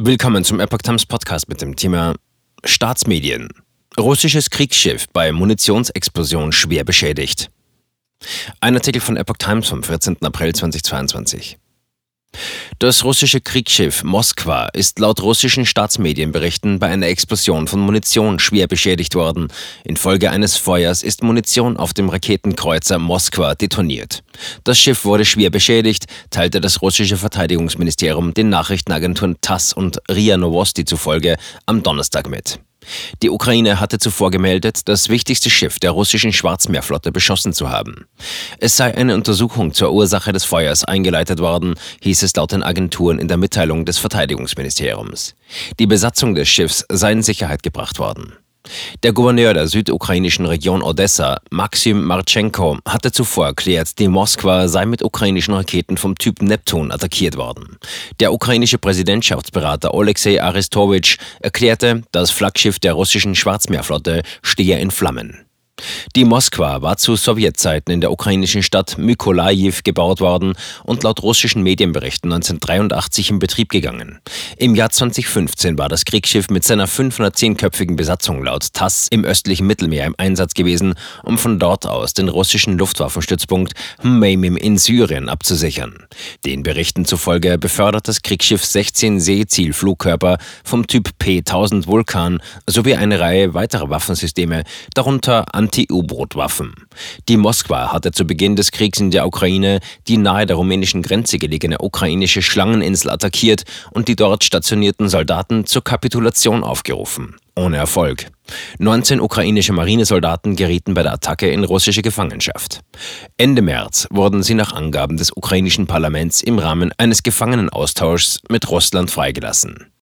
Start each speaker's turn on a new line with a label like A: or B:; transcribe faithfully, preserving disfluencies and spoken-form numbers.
A: Willkommen zum Epoch Times Podcast mit dem Thema Staatsmedien. Russisches Kriegsschiff bei Munitionsexplosion schwer beschädigt. Ein Artikel von Epoch Times vom vierzehnten April zweitausendzweiundzwanzig. Das russische Kriegsschiff Moskwa ist laut russischen Staatsmedienberichten bei einer Explosion von Munition schwer beschädigt worden. Infolge eines Feuers ist Munition auf dem Raketenkreuzer Moskwa detoniert. Das Schiff wurde schwer beschädigt, teilte das russische Verteidigungsministerium den Nachrichtenagenturen TASS und RIA Novosti zufolge am Donnerstag mit. Die Ukraine hatte zuvor gemeldet, das wichtigste Schiff der russischen Schwarzmeerflotte beschossen zu haben. Es sei eine Untersuchung zur Ursache des Feuers eingeleitet worden, hieß es laut den Agenturen in der Mitteilung des Verteidigungsministeriums. Die Besatzung des Schiffs sei in Sicherheit gebracht worden. Der Gouverneur der südukrainischen Region Odessa, Maxim Marchenko, hatte zuvor erklärt, die Moskwa sei mit ukrainischen Raketen vom Typ Neptun attackiert worden. Der ukrainische Präsidentschaftsberater Oleksiy Arestowitsch erklärte, das Flaggschiff der russischen Schwarzmeerflotte stehe in Flammen. Die Moskwa war zu Sowjetzeiten in der ukrainischen Stadt Mykolajiw gebaut worden und laut russischen Medienberichten neunzehnhundertdreiundachtzig in Betrieb gegangen. Im Jahr zweitausendfünfzehn war das Kriegsschiff mit seiner fünfhundertzehnköpfigen Besatzung laut TASS im östlichen Mittelmeer im Einsatz gewesen, um von dort aus den russischen Luftwaffenstützpunkt Hmeimim in Syrien abzusichern. Den Berichten zufolge befördert das Kriegsschiff sechzehn Seezielflugkörper vom Typ P tausend Vulkan sowie eine Reihe weiterer Waffensysteme, darunter Anti-U-Boot-Waffen. Die Moskwa hatte zu Beginn des Kriegs in der Ukraine die nahe der rumänischen Grenze gelegene ukrainische Schlangeninsel attackiert und die dort stationierten Soldaten zur Kapitulation aufgerufen. Ohne Erfolg. neunzehn ukrainische Marinesoldaten gerieten bei der Attacke in russische Gefangenschaft. Ende März wurden sie nach Angaben des ukrainischen Parlaments im Rahmen eines Gefangenenaustauschs mit Russland freigelassen.